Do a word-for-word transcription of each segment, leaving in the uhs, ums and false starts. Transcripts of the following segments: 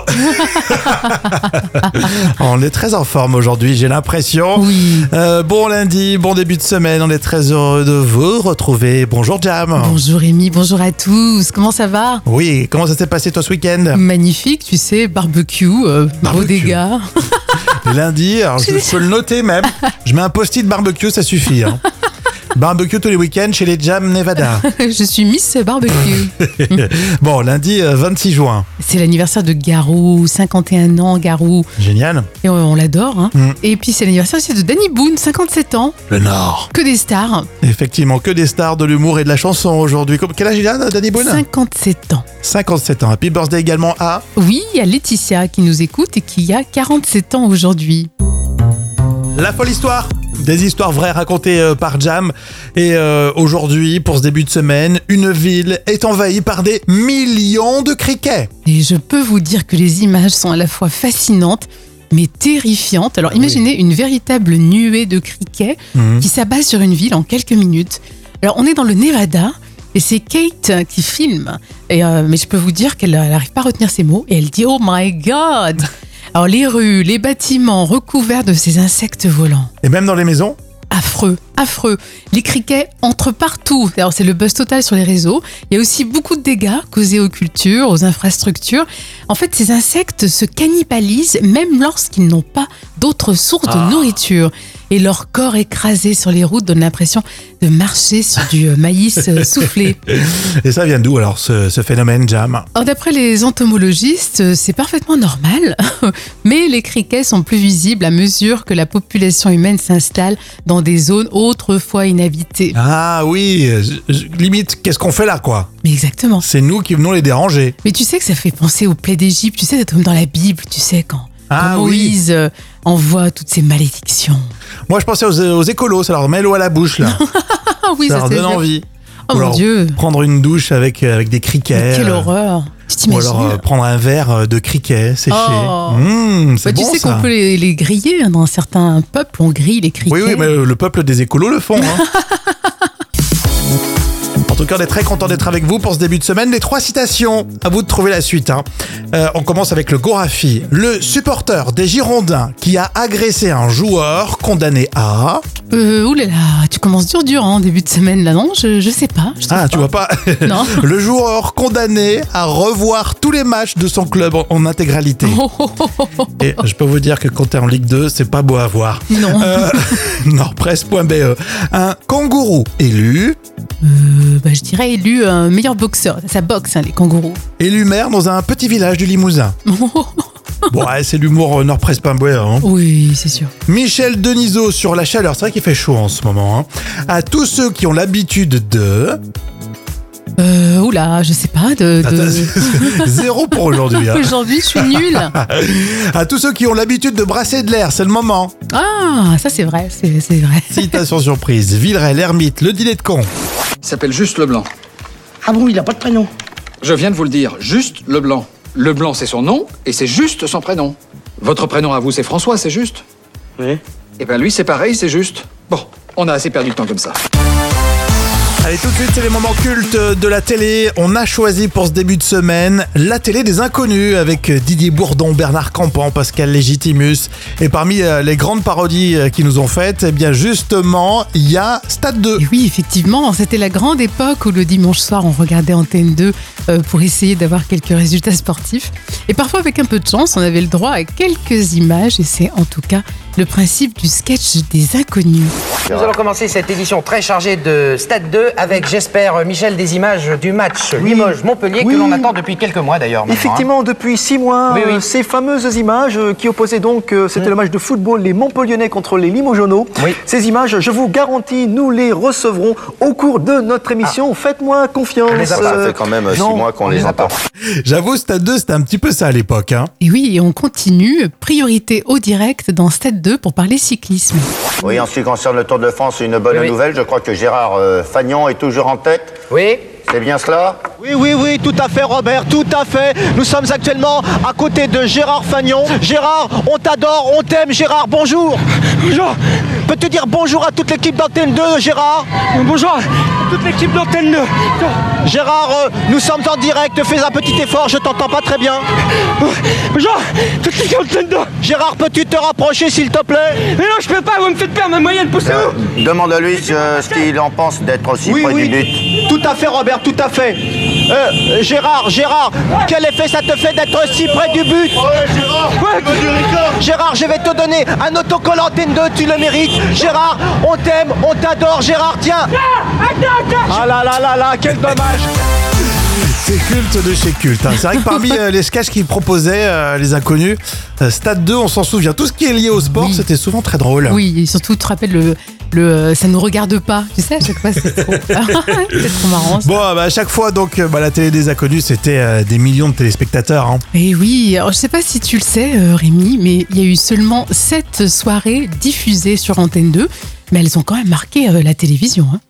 On est très en forme aujourd'hui, j'ai l'impression. Oui. Euh, bon lundi, bon début de semaine, on est très heureux de vous retrouver. Bonjour Jam. Bonjour Rémi, bonjour à tous. Comment ça va? Oui, comment ça s'est passé toi ce week-end? Magnifique, tu sais, barbecue, euh, beau dégâts. Lundi, alors je, je peux le noter même. Je mets un post-it barbecue, ça suffit. Hein. Barbecue tous les week-ends chez les Jam Nevada. Je suis Miss Barbecue. Bon, lundi vingt-six juin. C'est l'anniversaire de Garou, cinquante et un ans Garou. Génial. Et on, on l'adore. Hein. Mm. Et puis c'est l'anniversaire aussi de Danny Boone, cinquante-sept ans. Le Nord. Que des stars. Effectivement, que des stars de l'humour et de la chanson aujourd'hui. Quel âge il a, Danny Boone? cinquante-sept ans. cinquante-sept ans. Happy birthday également à... Oui, il y a Laetitia qui nous écoute et qui a quarante-sept ans aujourd'hui. La folle histoire. Des histoires vraies racontées euh, par Jam. Et euh, aujourd'hui, pour ce début de semaine, une ville est envahie par des millions de criquets. Et je peux vous dire que les images sont à la fois fascinantes mais terrifiantes. Alors imaginez une véritable nuée de criquets Mmh. qui s'abat sur une ville en quelques minutes. Alors on est dans le Nevada et c'est Kate qui filme. Et, euh, mais je peux vous dire qu'elle n'arrive pas à retenir ses mots et elle dit « Oh my God !» Alors les rues, les bâtiments recouverts de ces insectes volants. Et même dans les maisons. Affreux, affreux. Les criquets entrent partout. Alors c'est le buzz total sur les réseaux. Il y a aussi beaucoup de dégâts causés aux cultures, aux infrastructures. En fait, ces insectes se cannibalisent même lorsqu'ils n'ont pas d'autres sources Ah. de nourriture. Et leur corps écrasé sur les routes donne l'impression de marcher sur du maïs euh, soufflé. Et ça vient d'où alors ce, ce phénomène, Jam? Alors, d'après les entomologistes, c'est parfaitement normal, mais les criquets sont plus visibles à mesure que la population humaine s'installe dans des zones autrefois inhabitées. Ah oui, je- je- limite, qu'est-ce qu'on fait là, quoi? Mais exactement. C'est nous qui venons les déranger. Mais tu sais que ça fait penser aux plaies d'Égypte, tu sais, c'est comme dans la Bible, tu sais, quand, Ah quand oui. Moïse euh, envoie toutes ces malédictions. Moi, je pensais aux, aux écolos, ça leur met l'eau à la bouche, là. Ah oui, ça ça, leur c'est donne sûr. envie. Oh Ou mon alors Dieu, prendre une douche avec, euh, avec des criquets. quelle euh, horreur. Tu Ou t'imagines? alors euh, prendre un verre euh, de criquets séché. Oh. Mmh, c'est Bah, tu bon, sais ça. qu'on peut les, les griller, hein, dans certains peuples, on grille les criquets. Oui, oui, mais le peuple des écolos le font. Hein. En tout cas, on est très content d'être avec vous pour ce début de semaine. Les trois citations, à vous de trouver la suite. Hein. Euh, on commence avec le Gorafi. Le supporter des Girondins qui a agressé un joueur condamné à... Euh, oulala, tu commences dur dur en début de semaine là, non? Je, je sais pas. Je trouve Ah, tu vois pas. Non. Le joueur condamné à revoir tous les matchs de son club en, en intégralité. Oh, oh, oh, oh, oh. Et je peux vous dire que quand t'es en Ligue deux, c'est pas beau à voir. Non. Euh, nordpresse point b e. Un kangourou élu... Euh, bah, je dirais élu un meilleur boxeur. Ça boxe, hein, les kangourous. Élu maire dans un petit village du Limousin. Bon, ouais, c'est l'humour nordpresse point b e. Hein. Oui, c'est sûr. Michel Denisot sur la chaleur. C'est vrai qu'il fait chaud en ce moment. Hein. À tous ceux qui ont l'habitude de... Euh, oula, je sais pas. De, de... Attends, zéro pour aujourd'hui. Hein. Aujourd'hui, je suis nulle. À tous ceux qui ont l'habitude de brasser de l'air, c'est le moment. Ah, ça c'est vrai, c'est, c'est vrai. Citation surprise. Villeray, l'ermite, le dîner de con. Il s'appelle Juste Leblanc. Ah bon, il n'a pas de prénom? Je viens de vous le dire, Juste Leblanc. Leblanc, c'est son nom, et c'est Juste son prénom. Votre prénom à vous, c'est François, c'est Juste? Oui. Eh ben lui, c'est pareil, c'est Juste. Bon, on a assez perdu de temps comme ça. Allez, tout de suite, c'est les moments cultes de la télé. On a choisi pour ce début de semaine la télé des inconnus avec Didier Bourdon, Bernard Campan, Pascal Légitimus. Et parmi euh, les grandes parodies euh, qu'ils nous ont faites, eh bien justement, il y a Stade deux. Et oui, effectivement, c'était la grande époque où le dimanche soir, on regardait Antenne deux euh, pour essayer d'avoir quelques résultats sportifs. Et parfois, avec un peu de chance, on avait le droit à quelques images. Et c'est en tout cas le principe du sketch des inconnus. Nous allons commencer cette édition très chargée de Stade deux avec, j'espère, Michel, des images du match Limoges-Montpellier Oui. que l'on attend depuis quelques mois d'ailleurs. maintenant, Effectivement, depuis six mois, Oui, oui. euh, ces fameuses images euh, qui opposaient donc, euh, c'était le match de football, les Montpelliernais contre les Limogeaunaux. Oui. Ces images, je vous garantis, nous les recevrons au cours de notre émission. Faites-moi confiance. On les a pas. Ça Euh, fait quand même six non, mois qu'on on les les a entend. pas. J'avoue, Stade deux, c'était un petit peu ça à l'époque. Hein. Et oui, et on continue. Priorité au direct dans Stade deux pour parler cyclisme. Oui, en ce qui concerne le Tour de France, c'est une bonne Oui, oui. nouvelle. Je crois que Gérard euh, Fagnon est toujours en tête. Oui. C'est bien cela? Oui, oui, oui, tout à fait, Robert, tout à fait. Nous sommes actuellement à côté de Gérard Fagnon. Gérard, on t'adore, on t'aime, Gérard, bonjour. Bonjour. Peux-tu dire bonjour à toute l'équipe d'Antenne deux, Gérard? Bonjour à toute l'équipe d'Antenne deux. Gérard, euh, nous sommes en direct, fais un petit effort, je t'entends pas très bien. Bonjour à toute l'équipe d'Antenne deux. Gérard, peux-tu te rapprocher s'il te plaît? Mais non, je peux pas, vous me faites perdre ma moyenne, poussez-vous. Euh, Demande-lui ce, ce qu'il en pense d'être aussi Oui, près oui, du but. tout à fait Robert, tout à fait. Euh, Gérard, Gérard, quel effet ça te fait d'être si près du but? Ouais, Gérard, je vais te donner un autocollant Antenne deux, tu le mérites. Gérard, on t'aime, on t'adore, Gérard, tiens. Ah là là là là, quel dommage. C'est culte de chez culte. hein. C'est vrai que parmi euh, les sketchs qu'ils proposaient, euh, les inconnus, euh, Stade deux, on s'en souvient. Tout ce qui est lié au sport, Oui. c'était souvent très drôle. Oui, et surtout, tu te rappelles le, le euh, ça nous regarde pas. Tu sais, à chaque fois, c'est trop, c'est trop marrant. Ça. Bon, bah, à chaque fois, donc, euh, bah, la télé des inconnus, c'était euh, des millions de téléspectateurs. hein. Et oui, alors, je sais pas si tu le sais, euh, Rémi, mais il y a eu seulement sept soirées diffusées sur Antenne deux, mais elles ont quand même marqué euh, la télévision. Hein.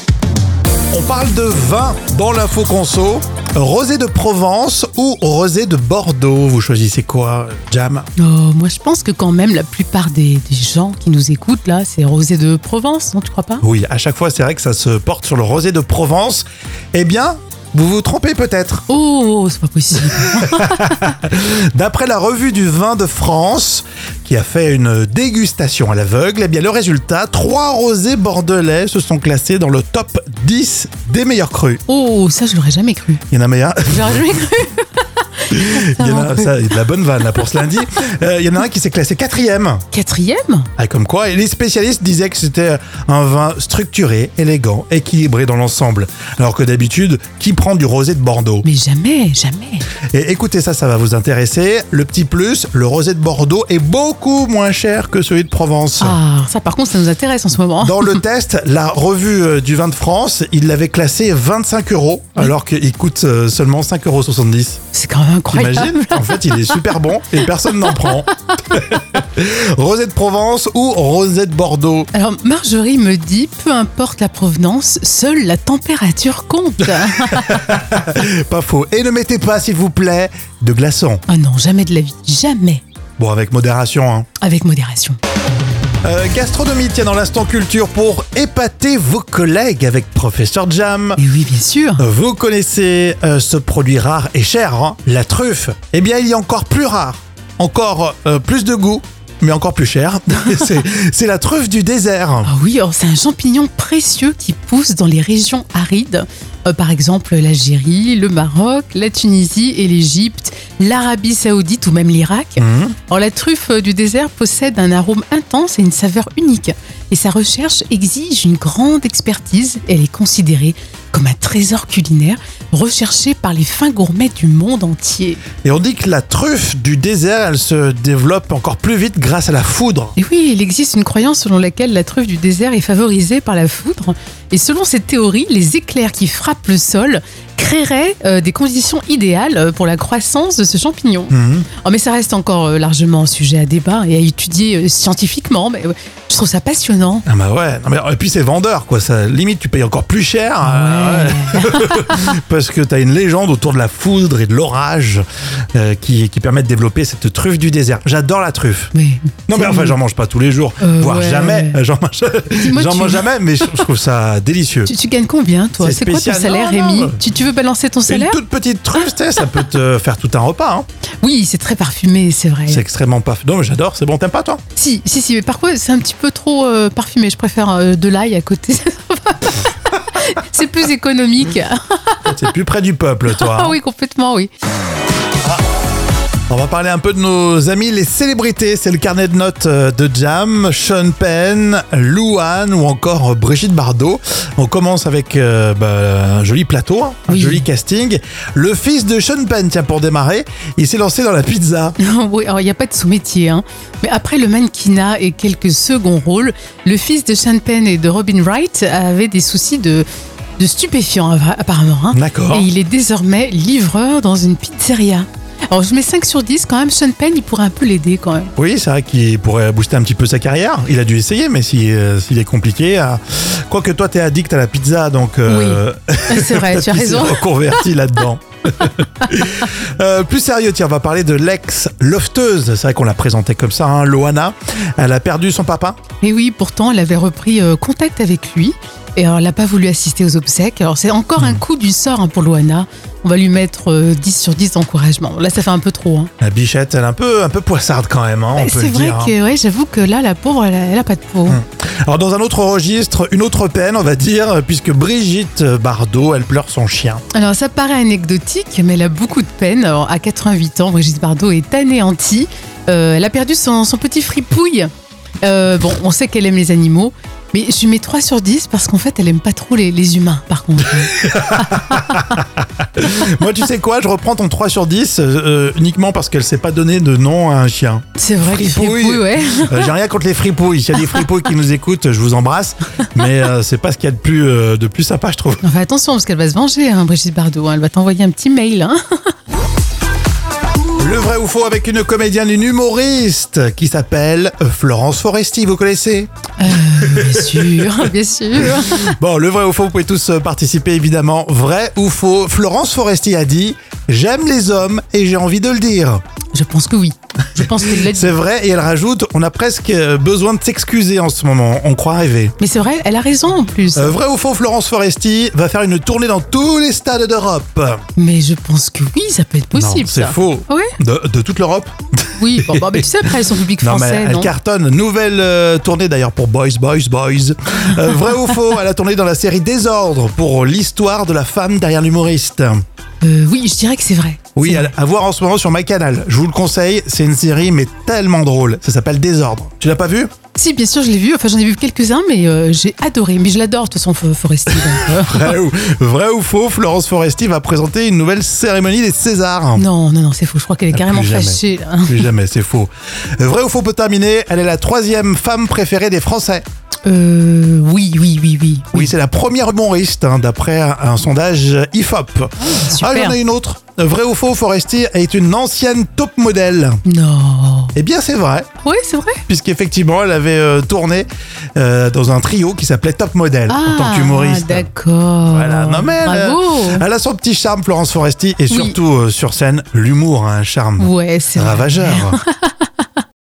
On parle de vin dans l'info conso. Rosé de Provence ou rosé de Bordeaux? Vous choisissez quoi, Jam? Oh, moi, je pense que quand même, la plupart des, des gens qui nous écoutent, là, c'est rosé de Provence, non, tu crois pas? Oui, à chaque fois, c'est vrai que ça se porte sur le rosé de Provence. Eh bien, vous vous trompez peut-être. Oh, c'est pas possible. D'après la revue du vin de France, qui a fait une dégustation à l'aveugle, eh bien le résultat, trois rosés bordelais se sont classés dans le top dix des meilleurs crus. Oh, ça, je l'aurais jamais cru. Il y en a meilleur. J'aurais jamais cru. Il y en a, ça, il y a de la bonne vanne là pour ce lundi. Euh, il y en a un qui s'est classé quatrième. Quatrième? Ah, comme quoi, et les spécialistes disaient que c'était un vin structuré, élégant, équilibré dans l'ensemble. Alors que d'habitude, qui prend du rosé de Bordeaux? Mais jamais, jamais. Et écoutez ça, ça va vous intéresser. Le petit plus, le rosé de Bordeaux est beaucoup moins cher que celui de Provence. Ah, ça par contre, ça nous intéresse en ce moment. Dans le test, la revue euh, du vin de France, il l'avait classé vingt-cinq euros, alors qu'il coûte euh, seulement cinq euros soixante-dix. C'est quand même incroyable. T'imagines? En fait, il est super bon et personne n'en prend. Rosé de Provence ou rosé de Bordeaux? Alors, Marjorie me dit, peu importe la provenance, seule la température compte. Pas faux. Et ne mettez pas, s'il vous plaît, de glaçons. Ah non, jamais de la vie. Jamais. Bon, avec modération, hein. Avec modération. Euh, gastronomie, tiens, dans l'instant culture pour épater vos collègues avec Professeur Jam. Et oui, bien sûr. Vous connaissez euh, ce produit rare et cher, hein, la truffe. Eh bien, il y a encore plus rare, encore euh, plus de goût, mais encore plus cher. c'est, c'est la truffe du désert. Ah oui, alors c'est un champignon précieux qui pousse dans les régions arides. Euh, par exemple, l'Algérie, le Maroc, la Tunisie et l'Égypte, l'Arabie Saoudite ou même l'Irak. Mmh. Alors, la truffe du désert possède un arôme intense et une saveur unique. Et sa recherche exige une grande expertise. Elle est considérée comme un trésor culinaire recherché par les fins gourmets du monde entier. Et on dit que la truffe du désert, elle se développe encore plus vite grâce à la foudre. Et oui, il existe une croyance selon laquelle la truffe du désert est favorisée par la foudre. Et selon cette théorie, les éclairs qui frappent le sol créeraient euh, des conditions idéales pour la croissance de ce champignon. Mmh. Oh, mais ça reste encore euh, largement un sujet à débat et à étudier euh, scientifiquement. Mais, euh, je trouve ça passionnant. Ah bah ouais, non mais, et puis c'est vendeur quoi, ça, limite tu payes encore plus cher. Ouais. euh, parce que t'as une légende autour de la foudre et de l'orage euh, qui, qui permet de développer cette truffe du désert. J'adore la truffe. Mais, Non mais enfin j'en mange pas tous les jours, Euh, voire ouais. jamais. J'en mange, Dis-moi, j'en tu- mange jamais, mais je, je trouve ça délicieux. Tu, tu gagnes combien, toi? C'est C'est quoi ton spécial. salaire, Non, non, Rémi? non. tu, tu veux balancer ton Une salaire? toute petite truffe, tu sais, ça peut te faire tout un repas. Hein. Oui, c'est très parfumé, c'est vrai. C'est extrêmement pas. Non mais j'adore, c'est bon, t'aimes pas toi? Si, si, si, mais par contre, c'est un petit peu trop euh, parfumé. Je préfère euh, de l'ail à côté. C'est plus économique. C'est plus près du peuple toi. Ah hein. oui, complètement, oui. On va parler un peu de nos amis les célébrités. C'est le carnet de notes de Jam, Sean Penn, Louane ou encore Brigitte Bardot. On commence avec euh, bah, un joli plateau, hein, un Oui. joli casting. Le fils de Sean Penn, tiens, pour démarrer, il s'est lancé dans la pizza. Oui, alors il n'y a pas de sous-métier. Hein. Mais après le mannequinat et quelques seconds rôles, le fils de Sean Penn et de Robin Wright avait des soucis de, de stupéfiants, apparemment. Hein. D'accord. Et il est désormais livreur dans une pizzeria. Alors je mets cinq sur dix quand même. Sean Penn, il pourrait un peu l'aider quand même. Oui, c'est vrai qu'il pourrait booster un petit peu sa carrière. Il a dû essayer, mais si, euh, s'il est compliqué. Euh... Quoique toi, t'es addict à la pizza, donc... Euh... Oui, c'est vrai, tu as il s'est raison. reconverti là-dedans. Euh, plus sérieux, tiens, on va parler de l'ex-lofteuse. C'est vrai qu'on l'a présentée comme ça, hein, Loana. Elle a perdu son papa. Et oui, pourtant, elle avait repris euh, contact avec lui. Et alors, elle n'a pas voulu assister aux obsèques. Alors, c'est encore un coup du sort hein, pour Loana. On va lui mettre euh, dix sur dix d'encouragement. Là, ça fait un peu trop. Hein. La bichette, elle est un peu, un peu poissarde quand même, hein, on Bah, peut c'est le vrai dire. que, hein. ouais, j'avoue que là, la pauvre, elle a, elle a pas de peau. Hum. Alors, dans un autre registre, une autre peine, on va dire, puisque Brigitte Bardot, elle pleure son chien. Alors, ça paraît anecdotique, mais elle a beaucoup de peine. Alors, à quatre-vingt-huit ans, Brigitte Bardot est anéantie. Euh, elle a perdu son, son petit fripouille. Euh, bon, on sait qu'elle aime les animaux. Mais je lui mets trois sur dix parce qu'en fait, elle aime pas trop les, les humains, par contre. Moi, tu sais quoi, je reprends ton trois sur dix euh, uniquement parce qu'elle s'est pas donné de nom à un chien. C'est vrai, les Fripouille. fripouilles, ouais. Euh, J'ai rien contre les fripouilles. S'il y a des fripouilles qui nous écoutent, je vous embrasse. Mais euh, c'est pas ce qu'il y a de plus, euh, de plus sympa, je trouve. Enfin, attention, parce qu'elle va se venger, hein, Brigitte Bardot. hein. Elle va t'envoyer un petit mail. Hein. Le vrai ou faux avec une comédienne, une humoriste qui s'appelle Florence Foresti, vous connaissez? Euh, bien sûr, bien sûr. Bon, le vrai ou faux, vous pouvez tous participer évidemment. Vrai ou faux, Florence Foresti a dit « J'aime les hommes et j'ai envie de le dire ». Je pense que oui. Je pense qu'elle l'a dit. C'est vrai, et elle rajoute « On a presque besoin de s'excuser en ce moment, on croit rêver ». Mais c'est vrai, elle a raison en plus. Euh, vrai ou faux, Florence Foresti va faire une tournée dans tous les stades d'Europe. Mais je pense que oui, ça peut être possible. Non, c'est ça. faux. Ouais. De, de toute l'Europe? Oui, bon, bon, mais tu sais, après, son public Non, mais français, elle non, cartonne. Nouvelle euh, tournée d'ailleurs pour Boys, Boys, Boys. Euh, vrai ou faux, elle a tourné dans la série Désordre pour l'histoire de la femme derrière l'humoriste. Euh, oui, je dirais que c'est vrai. Oui, C'est à, vrai. à voir en ce moment sur MyCanal. Je vous le conseille, c'est une série mais tellement drôle. Ça s'appelle Désordre. Tu l'as pas vu? Si, bien sûr, je l'ai vu. Enfin, j'en ai vu quelques-uns, mais euh, j'ai adoré. Mais je l'adore, de toute façon, Fo- Foresti. donc, euh, vrai, ou, vrai ou faux, Florence Foresti va présenter une nouvelle cérémonie des Césars. Non, non, non, c'est faux. Je crois qu'elle est Ah, carrément plus jamais. fâchée. Là. Plus jamais, c'est faux. Vrai ou faux pour terminer, elle est la troisième femme préférée des Français. Euh, oui, oui, oui, oui. Oui, c'est la première humoriste, hein, d'après un, un sondage I F O P. Super. Ah, j'en ai une autre. Vrai ou faux, Foresti est une ancienne top modèle. Non. Eh bien, c'est vrai, Oui, c'est vrai. puisqu'effectivement, elle avait euh, tourné euh, dans un trio qui s'appelait Top Model en tant qu'humoriste. Ah, d'accord. Voilà, non mais elle, Bravo. elle a son petit charme, Florence Foresti, et surtout euh, sur scène, l'humour a un charme Ouais, c'est vrai. ravageur.